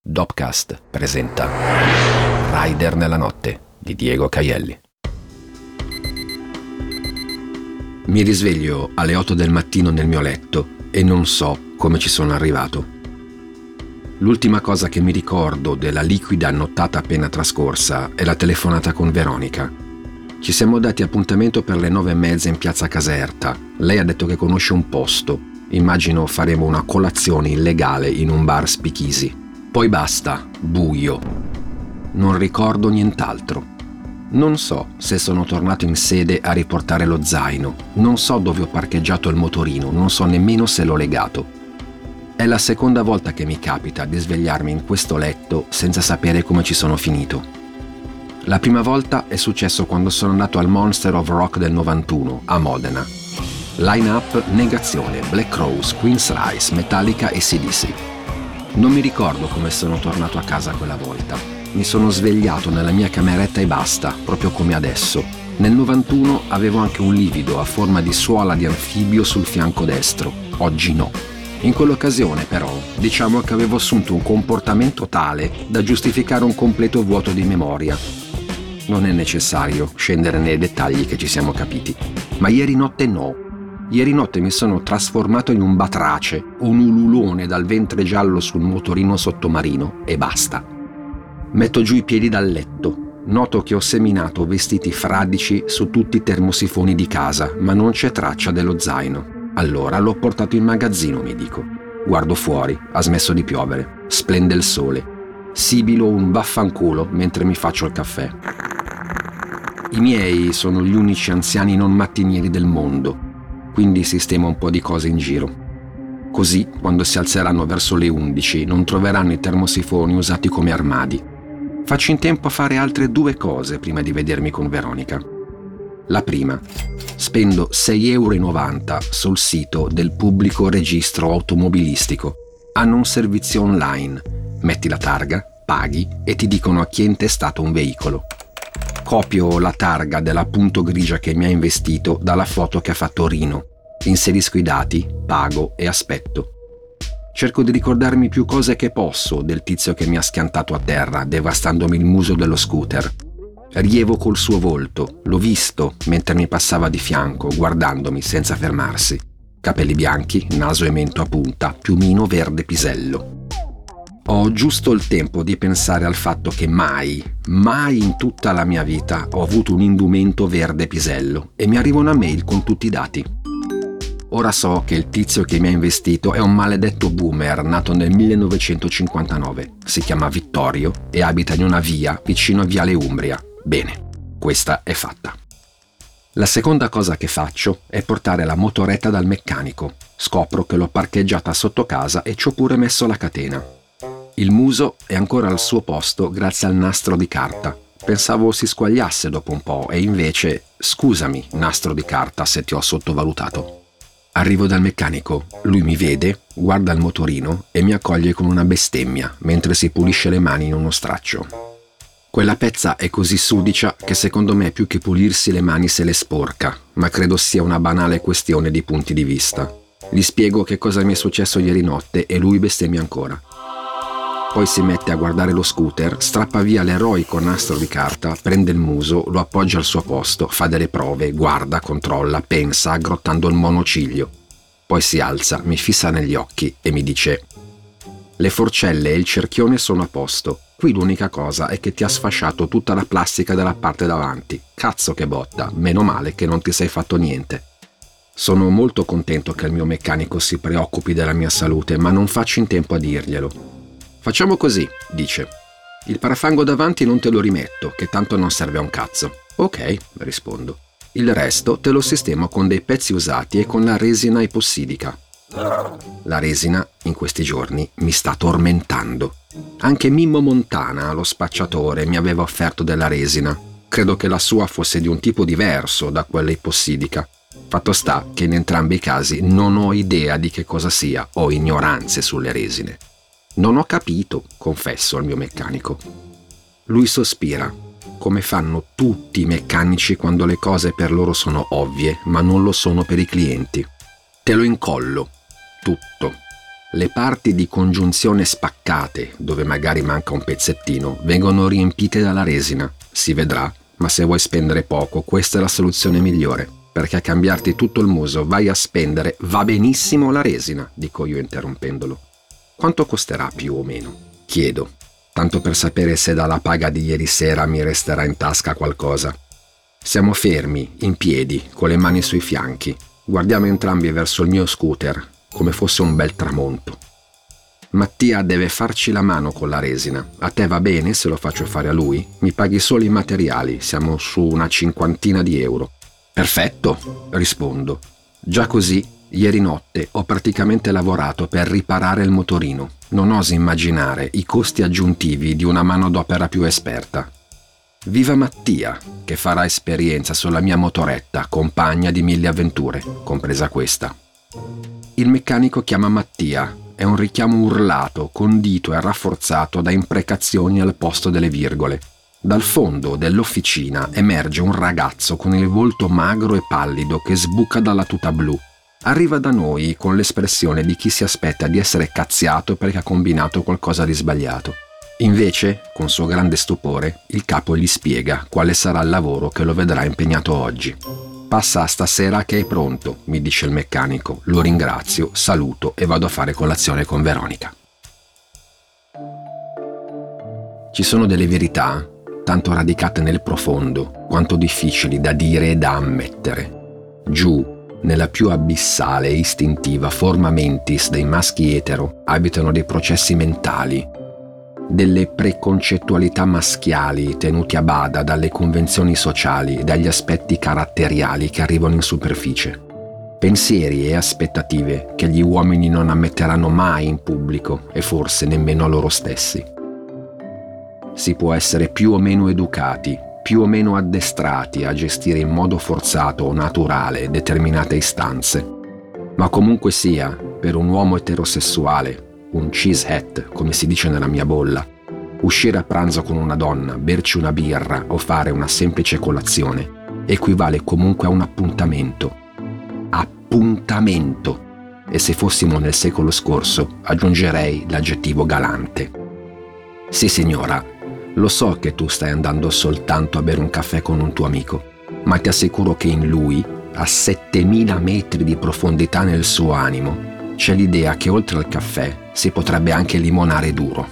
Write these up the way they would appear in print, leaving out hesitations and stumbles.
Dopcast presenta Rider nella notte di Diego Caielli. Mi risveglio alle 8 del mattino nel mio letto e non so come ci sono arrivato. L'ultima cosa che mi ricordo della liquida nottata appena trascorsa è la telefonata con Veronica. Ci siamo dati appuntamento per le 9:30 in piazza Caserta. Lei ha detto che conosce un posto. Immagino faremo una colazione illegale in un bar Spichisi. Poi basta, buio. Non ricordo nient'altro. Non so se sono tornato in sede a riportare lo zaino. Non so dove ho parcheggiato il motorino, non so nemmeno se l'ho legato. È la seconda volta che mi capita di svegliarmi in questo letto senza sapere come ci sono finito. La prima volta è successo quando sono andato al Monster of Rock del 91 a Modena. Line-up Negazione, Black Crowes, Queen's Rise, Metallica e AC/DC. Non mi ricordo come sono tornato a casa quella volta. Mi sono svegliato nella mia cameretta e basta, proprio come adesso. Nel 91 avevo anche un livido a forma di suola di anfibio sul fianco destro. Oggi no. In quell'occasione, però, diciamo che avevo assunto un comportamento tale da giustificare un completo vuoto di memoria. Non è necessario scendere nei dettagli che ci siamo capiti. Ma ieri notte no. Ieri notte mi sono trasformato in un batrace, un ululone dal ventre giallo sul motorino sottomarino e basta. Metto giù i piedi dal letto. Noto che ho seminato vestiti fradici su tutti i termosifoni di casa, ma non c'è traccia dello zaino. Allora l'ho portato in magazzino, mi dico. Guardo fuori, ha smesso di piovere. Splende il sole. Sibilo un vaffanculo mentre mi faccio il caffè. I miei sono gli unici anziani non mattinieri del mondo. Quindi sistemo un po' di cose in giro. Così, quando si alzeranno verso le 11, non troveranno i termosifoni usati come armadi. Faccio in tempo a fare altre 2 cose prima di vedermi con Veronica. La prima, spendo 6,90 € sul sito del pubblico registro automobilistico. Hanno un servizio online. Metti la targa, paghi e ti dicono a chi è intestato un veicolo. Copio la targa della punto grigia che mi ha investito dalla foto che ha fatto Rino. Inserisco i dati, pago e aspetto. Cerco di ricordarmi più cose che posso del tizio che mi ha schiantato a terra, devastandomi il muso dello scooter. Rievoco il suo volto, l'ho visto mentre mi passava di fianco, guardandomi senza fermarsi. Capelli bianchi, naso e mento a punta, piumino verde pisello. Ho giusto il tempo di pensare al fatto che mai in tutta la mia vita ho avuto un indumento verde pisello e mi arriva una mail con tutti i dati. Ora so che il tizio che mi ha investito è un maledetto boomer nato nel 1959. Si chiama Vittorio e abita in una via vicino a Viale Umbria. Bene, questa è fatta. La seconda cosa che faccio è portare la motoretta dal meccanico. Scopro che l'ho parcheggiata sotto casa e ci ho pure messo la catena. Il muso è ancora al suo posto grazie al nastro di carta. Pensavo si squagliasse dopo un po' e invece, scusami, nastro di carta, se ti ho sottovalutato. Arrivo dal meccanico, lui mi vede, guarda il motorino e mi accoglie con una bestemmia mentre si pulisce le mani in uno straccio. Quella pezza è così sudicia che secondo me più che pulirsi le mani se le sporca, ma credo sia una banale questione di punti di vista. Gli spiego che cosa mi è successo ieri notte e lui bestemmia ancora. Poi si mette a guardare lo scooter, strappa via l'eroico nastro di carta, prende il muso, lo appoggia al suo posto, fa delle prove, guarda, controlla, pensa, aggrottando il monociglio. Poi si alza, mi fissa negli occhi e mi dice: le forcelle e il cerchione sono a posto. Qui l'unica cosa è che ti ha sfasciato tutta la plastica della parte davanti. Cazzo che botta, meno male che non ti sei fatto niente. Sono molto contento che il mio meccanico si preoccupi della mia salute, ma non faccio in tempo a dirglielo. Facciamo così, dice. Il parafango davanti non te lo rimetto, che tanto non serve a un cazzo. Ok, rispondo. Il resto te lo sistemo con dei pezzi usati e con la resina epossidica. La resina, in questi giorni, mi sta tormentando. Anche Mimmo Montana, lo spacciatore, mi aveva offerto della resina. Credo che la sua fosse di un tipo diverso da quella epossidica. Fatto sta che in entrambi i casi non ho idea di che cosa sia, ho ignoranze sulle resine. Non ho capito, confesso al mio meccanico. Lui sospira, come fanno tutti i meccanici quando le cose per loro sono ovvie, ma non lo sono per i clienti. Te lo incollo, tutto. Le parti di congiunzione spaccate, dove magari manca un pezzettino, vengono riempite dalla resina. Si vedrà, ma se vuoi spendere poco, questa è la soluzione migliore, perché a cambiarti tutto il muso vai a spendere, va benissimo la resina, dico io interrompendolo. Quanto costerà più o meno? Chiedo, tanto per sapere se dalla paga di ieri sera mi resterà in tasca qualcosa. Siamo fermi, in piedi, con le mani sui fianchi. Guardiamo entrambi verso il mio scooter, come fosse un bel tramonto. Mattia deve farci la mano con la resina. A te va bene se lo faccio fare a lui? Mi paghi solo i materiali, siamo su una 50 di euro. Perfetto, rispondo. Già così, ieri notte ho praticamente lavorato per riparare il motorino. Non oso immaginare i costi aggiuntivi di una manodopera più esperta. Viva Mattia, che farà esperienza sulla mia motoretta, compagna di 1000 avventure, compresa questa. Il meccanico chiama Mattia. È un richiamo urlato, condito e rafforzato da imprecazioni al posto delle virgole. Dal fondo dell'officina emerge un ragazzo con il volto magro e pallido che sbuca dalla tuta blu. Arriva da noi con l'espressione di chi si aspetta di essere cazziato perché ha combinato qualcosa di sbagliato. Invece, con suo grande stupore, il capo gli spiega quale sarà il lavoro che lo vedrà impegnato oggi. Passa stasera che è pronto, mi dice il meccanico. Lo ringrazio, saluto e vado a fare colazione con Veronica. Ci sono delle verità, tanto radicate nel profondo, quanto difficili da dire e da ammettere. Giù, nella più abissale e istintiva forma mentis dei maschi etero, abitano dei processi mentali, delle preconcettualità maschiali tenuti a bada dalle convenzioni sociali e dagli aspetti caratteriali che arrivano in superficie. Pensieri e aspettative che gli uomini non ammetteranno mai in pubblico e forse nemmeno a loro stessi. Si può essere più o meno educati, più o meno addestrati a gestire in modo forzato o naturale determinate istanze, ma comunque sia, per un uomo eterosessuale, un cheesehead, come si dice nella mia bolla, uscire a pranzo con una donna, berci una birra o fare una semplice colazione equivale comunque a un appuntamento. Appuntamento! E se fossimo nel secolo scorso, aggiungerei l'aggettivo galante. Sì, signora, lo so che tu stai andando soltanto a bere un caffè con un tuo amico, ma ti assicuro che in lui, a 7000 metri di profondità nel suo animo, c'è l'idea che oltre al caffè si potrebbe anche limonare duro.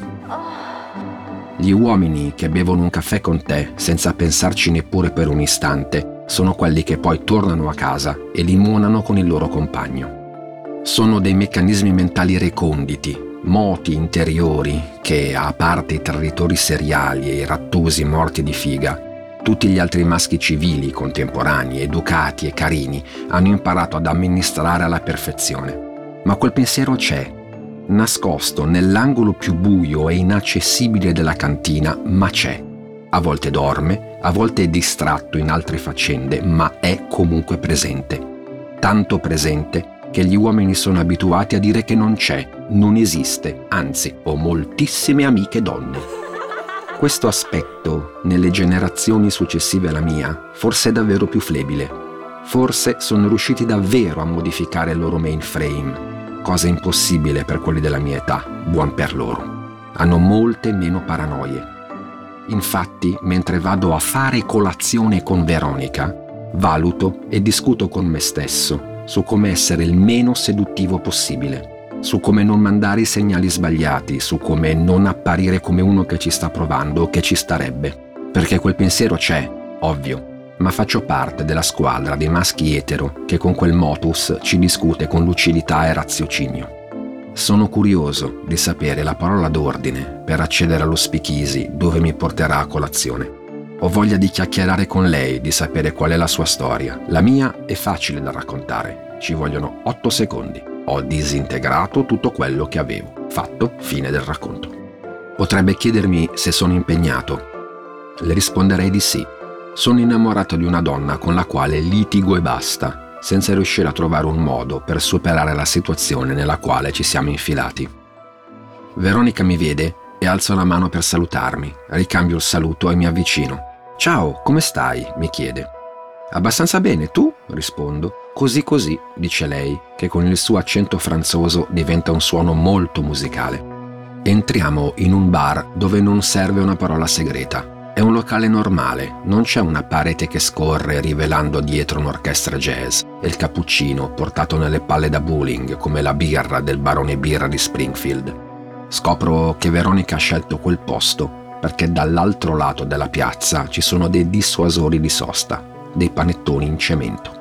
Gli uomini che bevono un caffè con te senza pensarci neppure per un istante sono quelli che poi tornano a casa e limonano con il loro compagno. Sono dei meccanismi mentali reconditi, moti interiori che, a parte i traditori seriali e i rattosi morti di figa, tutti gli altri maschi civili, contemporanei, educati e carini hanno imparato ad amministrare alla perfezione. Ma quel pensiero c'è, nascosto nell'angolo più buio e inaccessibile della cantina, ma c'è. A volte dorme, a volte è distratto in altre faccende, ma è comunque presente. Tanto presente che gli uomini sono abituati a dire che non c'è, non esiste, anzi, ho moltissime amiche donne. Questo aspetto, nelle generazioni successive alla mia, forse è davvero più flebile. Forse sono riusciti davvero a modificare il loro mainframe, cosa impossibile per quelli della mia età, buon per loro. Hanno molte meno paranoie. Infatti, mentre vado a fare colazione con Veronica, valuto e discuto con me stesso su come essere il meno seduttivo possibile, su come non mandare i segnali sbagliati, su come non apparire come uno che ci sta provando o che ci starebbe. Perché quel pensiero c'è, ovvio, ma faccio parte della squadra dei maschi etero che con quel motus ci discute con lucidità e raziocinio. Sono curioso di sapere la parola d'ordine per accedere allo speakeasy dove mi porterà a colazione. Ho voglia di chiacchierare con lei, di sapere qual è la sua storia. La mia è facile da raccontare, ci vogliono 8 secondi. Ho disintegrato tutto quello che avevo. Fatto, fine del racconto. Potrebbe chiedermi se sono impegnato. Le risponderei di sì. Sono innamorato di una donna con la quale litigo e basta, senza riuscire a trovare un modo per superare la situazione nella quale ci siamo infilati. Veronica mi vede e alza la mano per salutarmi. Ricambio il saluto e mi avvicino. «Ciao, come stai?» mi chiede. «Abbastanza bene, tu?» rispondo. Così così, dice lei, che con il suo accento franzoso diventa un suono molto musicale. Entriamo in un bar dove non serve una parola segreta. È un locale normale, non c'è una parete che scorre rivelando dietro un'orchestra jazz e il cappuccino portato nelle palle da bowling come la birra del barone birra di Springfield. Scopro che Veronica ha scelto quel posto perché dall'altro lato della piazza ci sono dei dissuasori di sosta, dei panettoni in cemento.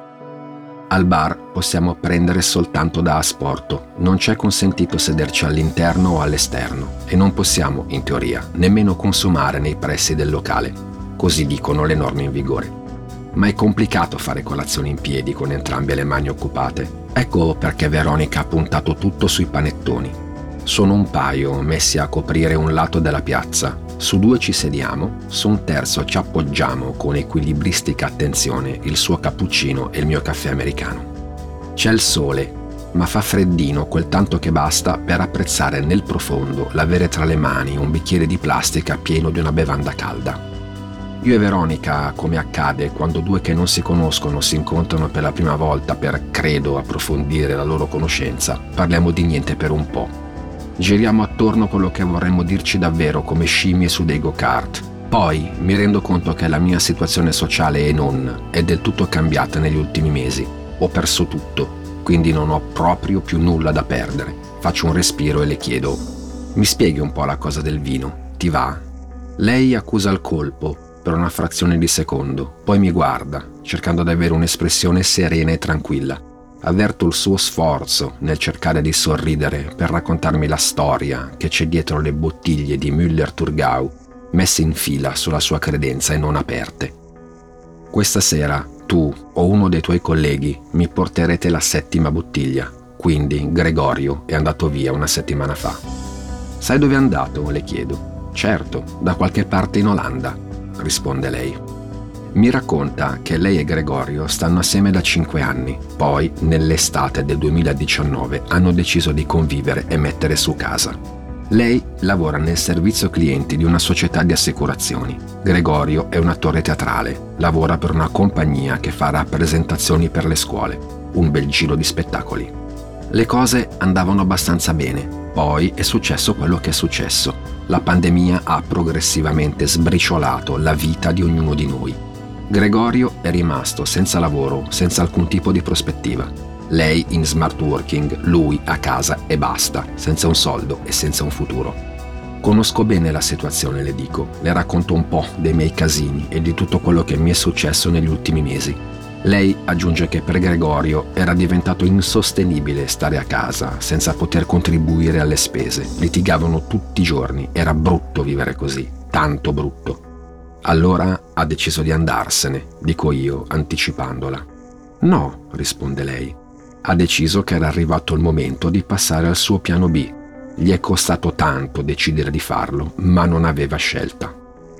Al bar possiamo prendere soltanto da asporto, non c'è consentito sederci all'interno o all'esterno e non possiamo, in teoria, nemmeno consumare nei pressi del locale, così dicono le norme in vigore. Ma è complicato fare colazione in piedi con entrambe le mani occupate. Ecco perché Veronica ha puntato tutto sui panettoni. Sono un paio messi a coprire un lato della piazza. Su 2 ci sediamo, su un terzo ci appoggiamo con equilibristica attenzione il suo cappuccino e il mio caffè americano. C'è il sole, ma fa freddino quel tanto che basta per apprezzare nel profondo l'avere tra le mani un bicchiere di plastica pieno di una bevanda calda. Io e Veronica, come accade quando 2 che non si conoscono si incontrano per la prima volta per, credo, approfondire la loro conoscenza, parliamo di niente per un po'. Giriamo attorno quello che vorremmo dirci davvero come scimmie su dei go-kart. Poi mi rendo conto che la mia situazione sociale e non è del tutto cambiata negli ultimi mesi. Ho perso tutto, quindi non ho proprio più nulla da perdere. Faccio un respiro e le chiedo: mi spieghi un po' la cosa del vino? Ti va? Lei accusa il colpo per una frazione di secondo, poi mi guarda, cercando di avere un'espressione serena e tranquilla. Avverto il suo sforzo nel cercare di sorridere per raccontarmi la storia che c'è dietro le bottiglie di Müller-Thurgau messe in fila sulla sua credenza e non aperte. Questa sera tu o uno dei tuoi colleghi mi porterete la 7ª bottiglia, quindi Gregorio è andato via una settimana fa. Sai dove è andato? Le chiedo. Certo, da qualche parte in Olanda, risponde lei. Mi racconta che lei e Gregorio stanno assieme da 5 anni, poi nell'estate del 2019 hanno deciso di convivere e mettere su casa. Lei lavora nel servizio clienti di una società di assicurazioni. Gregorio è un attore teatrale, lavora per una compagnia che fa rappresentazioni per le scuole, un bel giro di spettacoli. Le cose andavano abbastanza bene, poi è successo quello che è successo. La pandemia ha progressivamente sbriciolato la vita di ognuno di noi. Gregorio è rimasto senza lavoro, senza alcun tipo di prospettiva. Lei in smart working, lui a casa e basta, senza un soldo e senza un futuro. Conosco bene la situazione, le dico. Le racconto un po' dei miei casini e di tutto quello che mi è successo negli ultimi mesi. Lei aggiunge che per Gregorio era diventato insostenibile stare a casa senza poter contribuire alle spese. Litigavano tutti i giorni, era brutto vivere così, tanto brutto. Allora ha deciso di andarsene, dico io, anticipandola. No, risponde lei. Ha deciso che era arrivato il momento di passare al suo piano B. Gli è costato tanto decidere di farlo, ma non aveva scelta.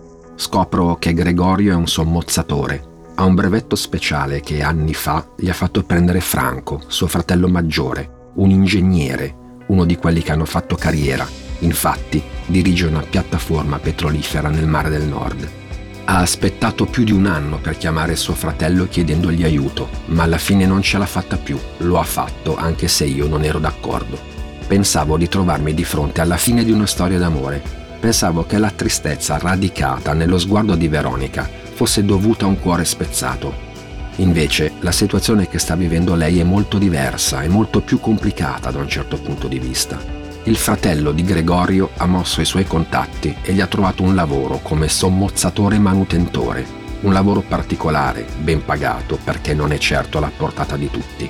Scopro che Gregorio è un sommozzatore. Ha un brevetto speciale che anni fa gli ha fatto prendere Franco, suo fratello maggiore, un ingegnere, uno di quelli che hanno fatto carriera. Infatti, dirige una piattaforma petrolifera nel Mare del Nord. Ha aspettato più di 1 anno per chiamare suo fratello chiedendogli aiuto, ma alla fine non ce l'ha fatta più. Lo ha fatto anche se io non ero d'accordo. Pensavo di trovarmi di fronte alla fine di una storia d'amore. Pensavo che la tristezza radicata nello sguardo di Veronica fosse dovuta a un cuore spezzato. Invece, la situazione che sta vivendo lei è molto diversa e molto più complicata da un certo punto di vista. Il fratello di Gregorio ha mosso i suoi contatti e gli ha trovato un lavoro come sommozzatore manutentore, un lavoro particolare, ben pagato, perché non è certo alla portata di tutti.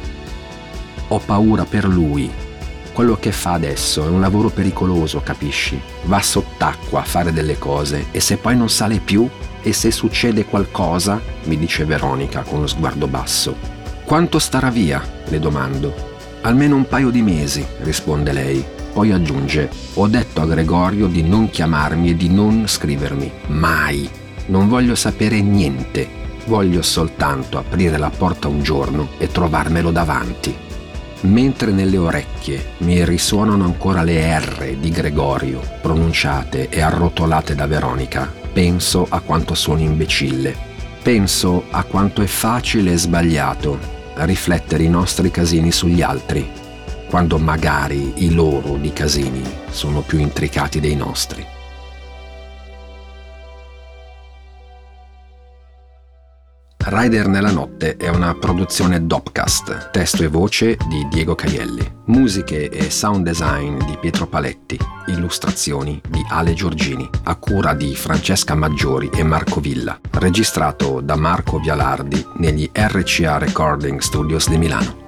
Ho paura per lui. Quello che fa adesso è un lavoro pericoloso, capisci? Va sott'acqua a fare delle cose e se poi non sale più, e se succede qualcosa, mi dice Veronica con lo sguardo basso. Quanto starà via? Le domando. Almeno un paio di mesi, risponde lei. Poi aggiunge: ho detto a Gregorio di non chiamarmi e di non scrivermi. Mai. Non voglio sapere niente. Voglio soltanto aprire la porta un giorno e trovarmelo davanti. Mentre nelle orecchie mi risuonano ancora le R di Gregorio, pronunciate e arrotolate da Veronica, penso a quanto sono imbecille. Penso a quanto è facile e sbagliato a riflettere i nostri casini sugli altri, quando magari i loro di casini sono più intricati dei nostri. Rider nella notte è una produzione Dopcast, testo e voce di Diego Caielli, musiche e sound design di Pietro Paletti, illustrazioni di Ale Giorgini, a cura di Francesca Maggiori e Marco Villa, registrato da Marco Vialardi negli RCA Recording Studios di Milano.